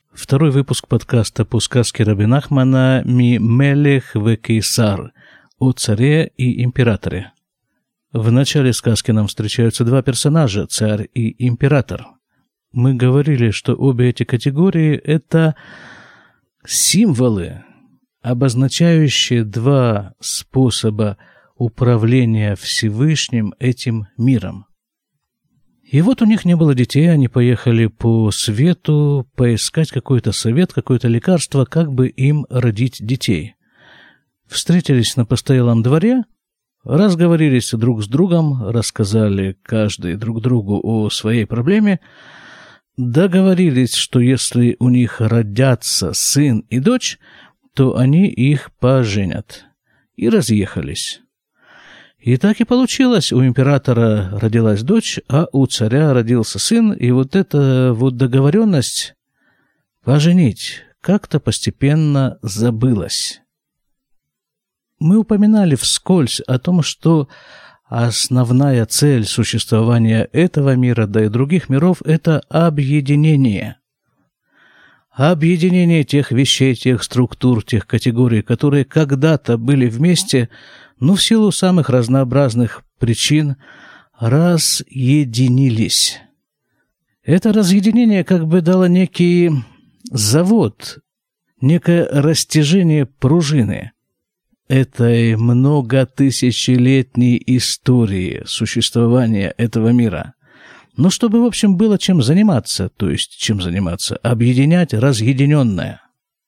Второй выпуск подкаста по сказке Раби Нахмана «Ми мелех ве кейсар» о царе и императоре. В начале сказки нам встречаются два персонажа – царь и император. Мы говорили, что обе эти категории – это символы, обозначающие два способа управления Всевышним этим миром. И вот у них не было детей, они поехали по свету поискать какой-то совет, какое-то лекарство, как бы им родить детей. Встретились на постоялом дворе, разговорились друг с другом, рассказали каждый друг другу о своей проблеме, договорились, что если у них родятся сын и дочь, то они их поженят, и разъехались. И так и получилось. У императора родилась дочь, а у царя родился сын. И вот эта вот договоренность поженить как-то постепенно забылась. Мы упоминали вскользь о том, что основная цель существования этого мира, да и других миров, это объединение. Объединение тех вещей, тех структур, тех категорий, которые когда-то были вместе, но в силу самых разнообразных причин разъединились. Это разъединение как бы дало некий завод, некое растяжение пружины этой многотысячелетней истории существования этого мира. Но чтобы, в общем, было чем заниматься, то есть чем заниматься, объединять разъединенное.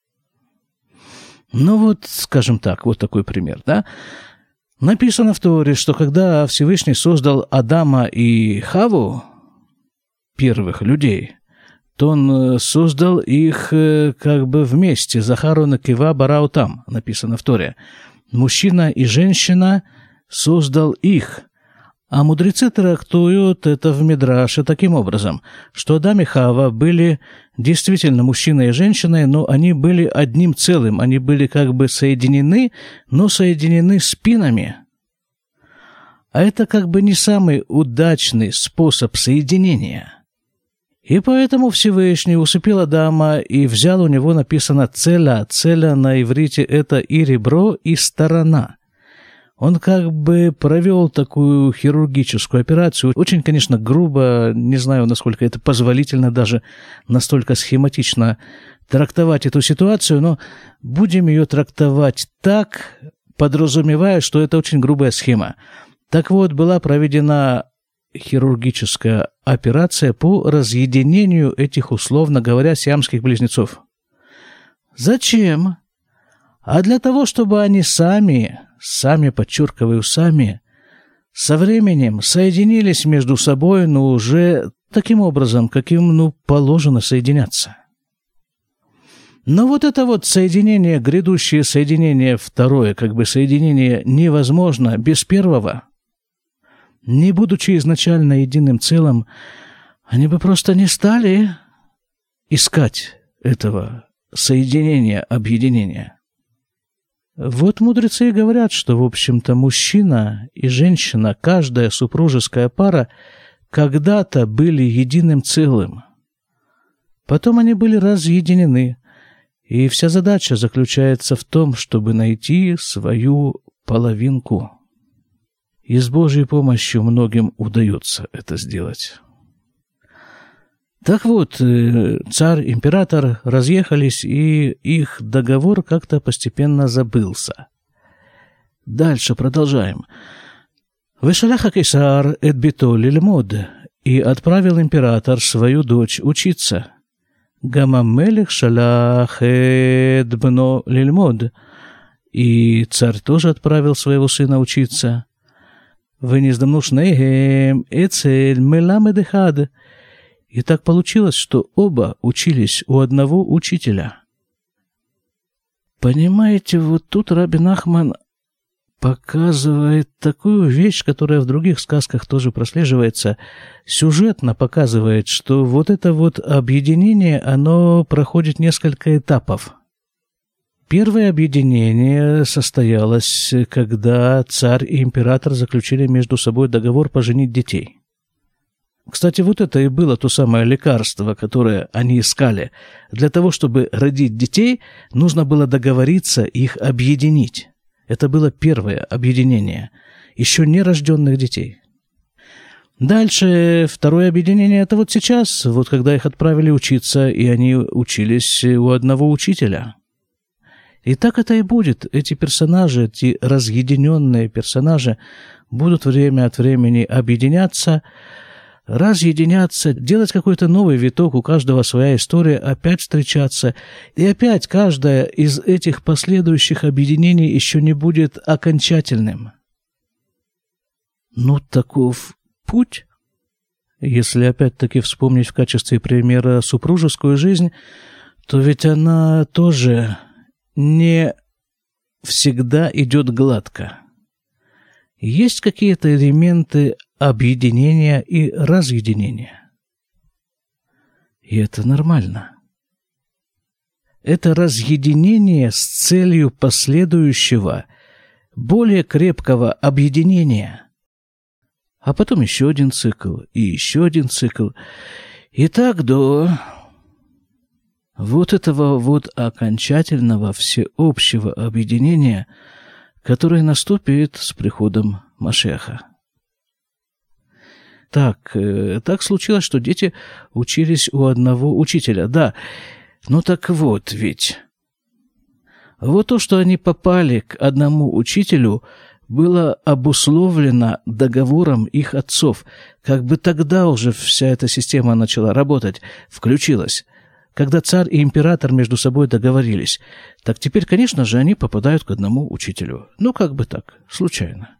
Ну вот, скажем так, вот такой пример, да? Написано в Торе, что когда Всевышний создал Адама и Хаву, первых людей, то он создал их как бы вместе. Захару накива барау там, написано в Торе. Мужчина и женщина создал их. А мудрецы трактуют это в Мидраше таким образом, что Адам и Хава были действительно мужчиной и женщиной, но они были одним целым, они были как бы соединены, но соединены спинами. А это как бы не самый удачный способ соединения. И поэтому Всевышний усыпил Адама и взял у него написано «целя». «Целя» на иврите это и ребро, и сторона. Он как бы провел такую хирургическую операцию, очень, конечно, грубо, не знаю, насколько это позволительно даже настолько схематично трактовать эту ситуацию, но будем ее трактовать так, подразумевая, что это очень грубая схема. Так вот, была проведена хирургическая операция по разъединению этих, условно говоря, сиамских близнецов. Зачем? А для того, чтобы они сами, подчеркиваю, сами, со временем соединились между собой, но уже таким образом, каким, положено соединяться. Но вот это вот соединение, грядущее соединение второе, как бы соединение невозможно без первого. Не будучи изначально единым целым, они бы просто не стали искать этого соединения, объединения. Вот мудрецы и говорят, что, в общем-то, мужчина и женщина, каждая супружеская пара, когда-то были единым целым. Потом они были разъединены, и вся задача заключается в том, чтобы найти свою половинку. И с Божьей помощью многим удается это сделать. Так вот, царь, император разъехались, и их договор как-то постепенно забылся. Дальше продолжаем. «Вешалаха кейсар эт бито лильмод», и отправил император свою дочь учиться. «Гамамелех шалах эт бно лильмод», и царь тоже отправил своего сына учиться. «Венездамну шнейгем эцель меламед эхад». И так получилось, что оба учились у одного учителя. Понимаете, вот тут Раби Нахман показывает такую вещь, которая в других сказках тоже прослеживается, сюжетно показывает, что вот это вот объединение, оно проходит несколько этапов. Первое объединение состоялось, когда царь и император заключили между собой договор поженить детей. Кстати, вот это и было то самое лекарство, которое они искали. Для того, чтобы родить детей, нужно было договориться их объединить. Это было первое объединение еще нерожденных детей. Дальше второе объединение – это вот сейчас, вот когда их отправили учиться, и они учились у одного учителя. И так это и будет. Эти персонажи, эти разъединенные персонажи будут время от времени объединяться, разъединяться, делать какой-то новый виток, у каждого своя история, опять встречаться. И опять каждое из этих последующих объединений еще не будет окончательным. Ну, таков путь. Если опять-таки вспомнить в качестве примера супружескую жизнь, то ведь она тоже не всегда идет гладко. Есть какие-то элементы объединения и разъединения. И это нормально. Это разъединение с целью последующего, более крепкого объединения. А потом еще один цикл, и еще один цикл. И так до вот этого вот окончательного всеобщего объединения, которое наступит с приходом Машиаха. Так случилось, что дети учились у одного учителя. Да, ну так вот ведь. Вот то, что они попали к одному учителю, было обусловлено договором их отцов. Как бы тогда уже вся эта система начала работать, включилась. Когда царь и император между собой договорились. Так теперь, конечно же, они попадают к одному учителю. Ну, как бы так, случайно.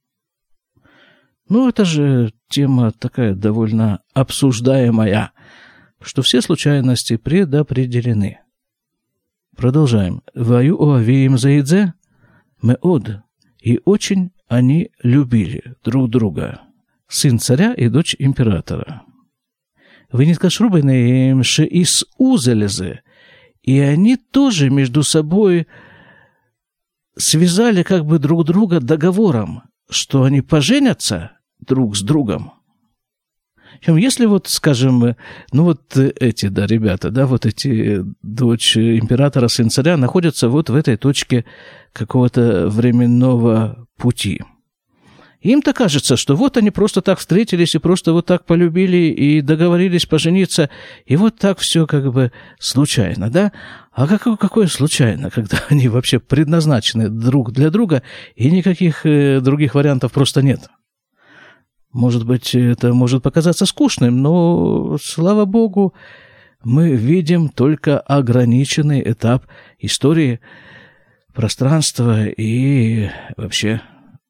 Ну, это же тема такая довольно обсуждаемая, что все случайности предопределены. Продолжаем. «Ваю оавеем заидзе меод». И очень они любили друг друга. Сын царя и дочь императора. «Вениткашрубайны шеис узелезе». И они тоже между собой связали как бы друг друга договором, что они поженятся друг с другом. Если вот, скажем, ну вот эти, да, ребята, да, вот эти дочь императора, сын царя находятся вот в этой точке какого-то временного пути. Им-то кажется, что вот они просто так встретились и просто вот так полюбили и договорились пожениться, и вот так все как бы случайно, да? А какое случайно, когда они вообще предназначены друг для друга, и никаких других вариантов просто нет? Может быть, это может показаться скучным, но, слава Богу, мы видим только ограниченный этап истории, пространства и вообще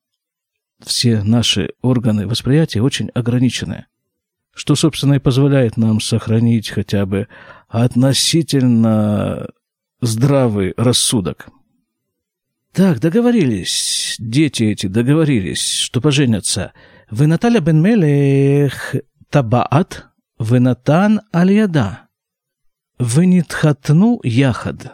все наши органы восприятия очень ограничены, что, собственно, и позволяет нам сохранить хотя бы относительно здравый рассудок. Так, договорились, дети эти договорились, что поженятся. «Венаталя бен Мелех табаат, венатан аль-яда, венитхатну яхад».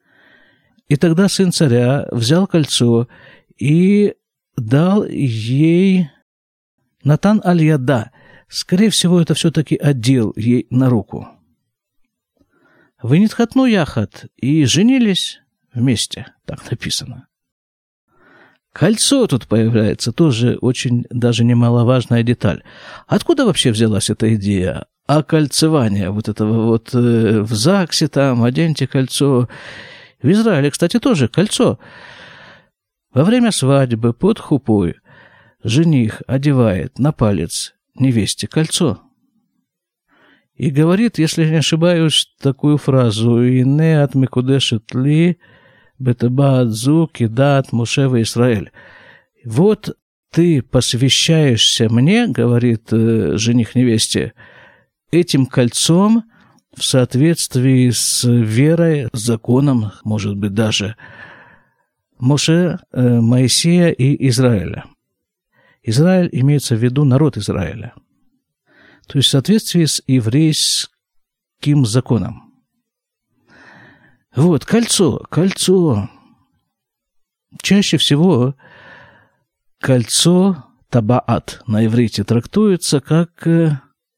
И тогда сын царя взял кольцо и дал ей Натан аль-яда. Скорее всего, это все-таки одел ей на руку. Венитхатну яхад. И женились вместе, так написано. Кольцо тут появляется, тоже очень даже немаловажная деталь. Откуда вообще взялась эта идея окольцевания вот этого вот в ЗАГСе там, оденьте кольцо. В Израиле, кстати, тоже кольцо. Во время свадьбы под хупой жених одевает на палец невесте кольцо. И говорит, если я не ошибаюсь, такую фразу «Ине от микудешет ли бетабаат зу кидат Моше Израиль». Вот ты посвящаешься мне, говорит жених невесте, этим кольцом в соответствии с верой, законом, может быть, даже Моше, Моисея и Израиля. Израиль имеется в виду народ Израиля. То есть в соответствии с еврейским законом. Вот, кольцо. Чаще всего кольцо табаат на иврите трактуется как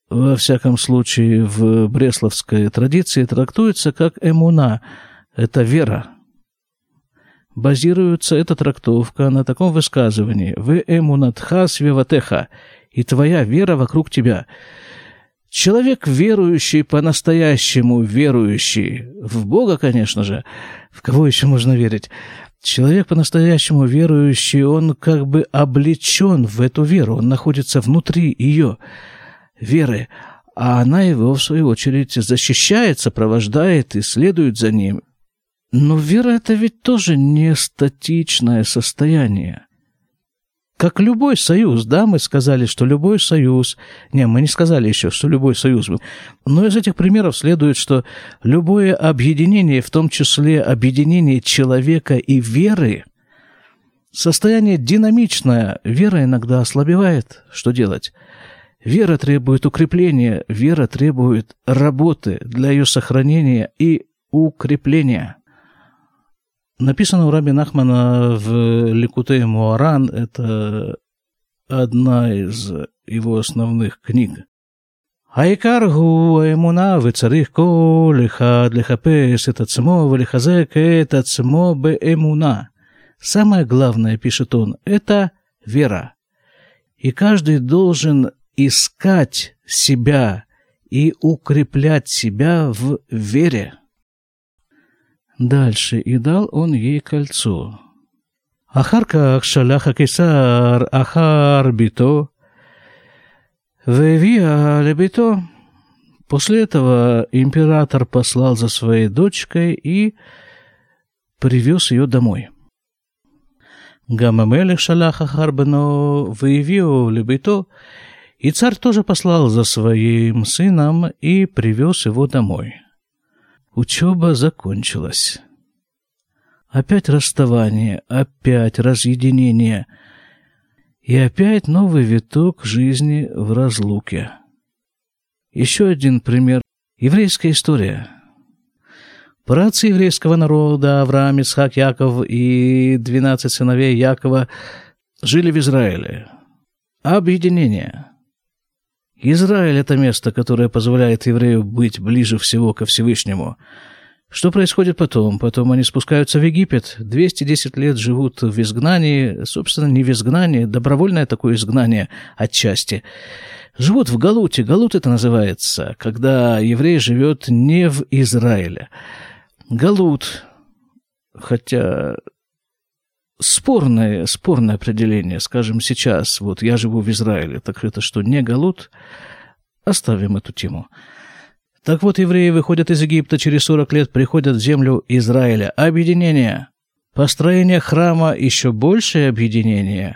во всяком случае в бресловской традиции, трактуется как эмуна, это вера. Базируется эта трактовка на таком высказывании: «Вы эмунатха свеватеха», и твоя вера вокруг тебя. Человек верующий, по-настоящему верующий, в Бога, конечно же, в кого еще можно верить? Человек по-настоящему верующий, он как бы облечен в эту веру, он находится внутри ее веры, а она его, в свою очередь, защищает, сопровождает и следует за ним. Но вера — это ведь тоже не статичное состояние. Как любой союз, да, мы сказали, что любой союз... Не, мы не сказали еще, что любой союз... Но из этих примеров следует, что любое объединение, в том числе объединение человека и веры, состояние динамичное. Вера иногда ослабевает. Что делать? Вера требует укрепления, вера требует работы для ее сохранения и укрепления. Написано у Раби Нахмана в Ликутей Муаран, это одна из его основных книг. «Айкар гу эмуна вецарих кол эхад лехапес эт ацмо велехазек эт ацмо беэмуна». Самое главное, пишет он, это вера. И каждый должен искать себя и укреплять себя в вере. Дальше. И дал он ей кольцо. Ахарках шаляха кесар ахар бито вевия лебито. После этого император послал за своей дочкой и привез ее домой. Гамамелех шалях ахар бено вевио лебито. И царь тоже послал за своим сыном и привез его домой. Учеба закончилась. Опять расставание, опять разъединение. И опять новый виток жизни в разлуке. Еще один пример. Еврейская история. Праотцы еврейского народа Авраам, Ицхак, Яков и 12 сыновей Якова жили в Израиле. Объединение. Израиль — это место, которое позволяет еврею быть ближе всего ко Всевышнему. Что происходит потом? Потом они спускаются в Египет, 210 лет живут в изгнании, собственно, не в изгнании, добровольное такое изгнание отчасти. Живут в Галуте. Галут это называется, когда еврей живет не в Израиле. Галут, хотя... Спорное определение, скажем, сейчас, вот я живу в Израиле, так это что, не галут? Оставим эту тему. Так вот, евреи выходят из Египта, через 40 лет приходят в землю Израиля. Объединение. Построение храма, еще большее объединение.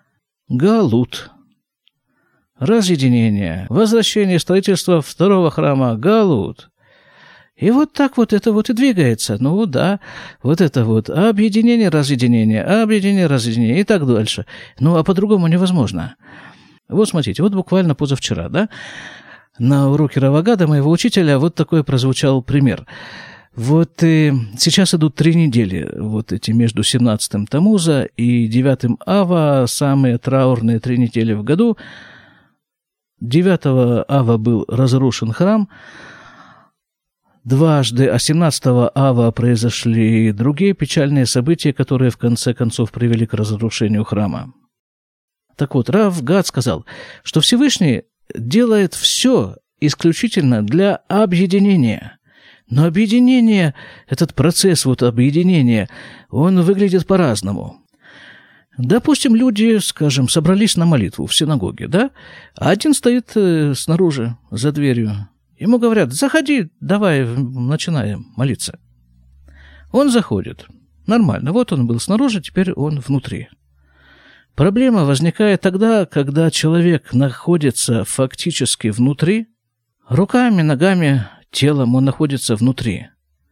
Галут. Разъединение. Возвращение строительства второго храма. Галут. И вот так вот это вот и двигается. Ну да, вот это вот объединение, разъединение и так дальше. Ну а по-другому невозможно. Вот смотрите, вот буквально позавчера, да, на уроке Рава Гада, моего учителя, вот такой прозвучал пример. Вот сейчас идут 3 недели, вот эти между 17-м Тамуза и 9-м Ава, самые траурные 3 недели в году. 9-го Ава был разрушен храм, дважды, а 17-го Ава произошли другие печальные события, которые в конце концов привели к разрушению храма. Так вот, Рав Гад сказал, что Всевышний делает все исключительно для объединения. Но объединение, этот процесс вот объединения, он выглядит по-разному. Допустим, люди, скажем, собрались на молитву в синагоге, да? А один стоит снаружи, за дверью. Ему говорят: заходи, давай, начинаем молиться. Он заходит. Нормально. Вот он был снаружи, теперь он внутри. Проблема возникает тогда, когда человек находится фактически внутри, руками, ногами, телом он находится внутри.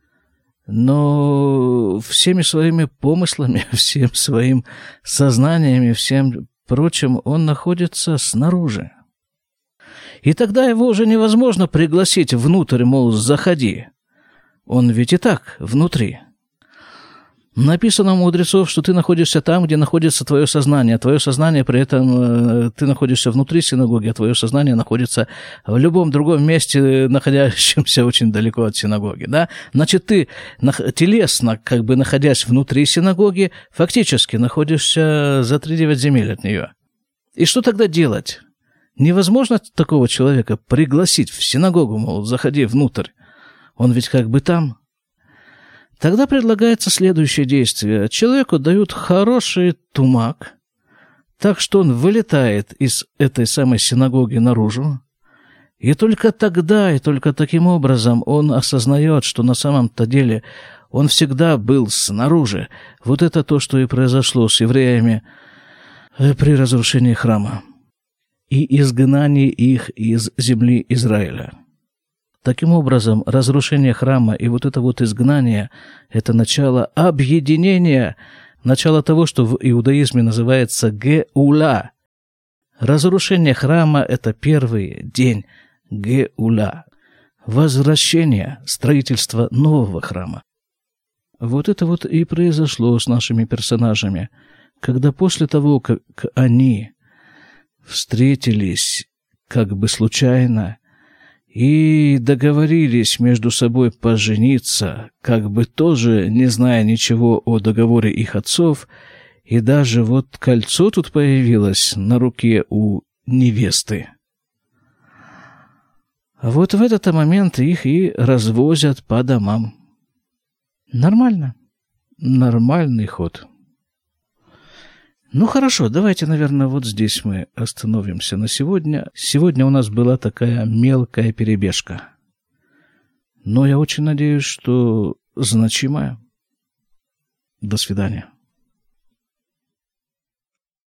Но всеми своими помыслами, всем своим сознанием и всем прочим он находится снаружи. И тогда его уже невозможно пригласить внутрь, мол, заходи. Он ведь и так внутри. Написано у мудрецов, что ты находишься там, где находится твое сознание. Твое сознание при этом, ты находишься внутри синагоги, а твое сознание находится в любом другом месте, находящемся очень далеко от синагоги. Да? Значит, ты телесно, как бы находясь внутри синагоги, фактически находишься за 3-9 земель от нее. И что тогда делать? Невозможно такого человека пригласить в синагогу, мол, заходи внутрь. Он ведь как бы там. Тогда предлагается следующее действие. Человеку дают хороший тумак, так что он вылетает из этой самой синагоги наружу, и только тогда, и только таким образом он осознает, что на самом-то деле он всегда был снаружи. Вот это то, что и произошло с евреями при разрушении храма и изгнании их из земли Израиля. Таким образом, разрушение храма и вот это вот изгнание – это начало объединения, начало того, что в иудаизме называется геула. Разрушение храма – это первый день геула, возвращение, строительство нового храма. Вот это вот и произошло с нашими персонажами, когда после того, как они встретились как бы случайно, и договорились между собой пожениться, как бы тоже не зная ничего о договоре их отцов, и даже вот кольцо тут появилось на руке у невесты. Вот в этот момент их и развозят по домам. Нормально. Нормальный ход. Ну хорошо, давайте, наверное, вот здесь мы остановимся на сегодня. Сегодня у нас была такая мелкая перебежка. Но я очень надеюсь, что значимая. До свидания.